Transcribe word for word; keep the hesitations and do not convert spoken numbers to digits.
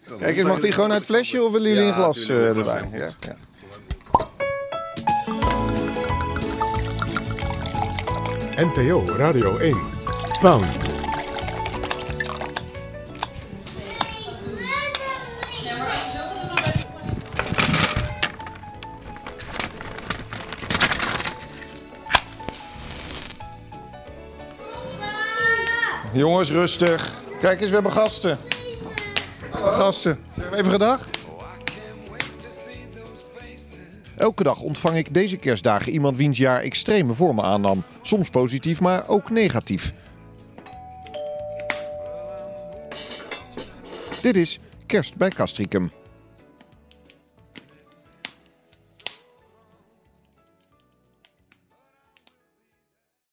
Kijk eens, mag die gewoon uit het flesje of willen jullie ja, een glas uh, erbij? Ja, ja. N P O Radio één. Pound. Jongens, rustig. Kijk eens, we hebben gasten. Gasten. Even gedag. Elke dag ontvang ik deze kerstdagen iemand wiens jaar extreme vormen aannam. Soms positief, maar ook negatief. Dit is Kerst bij Castricum.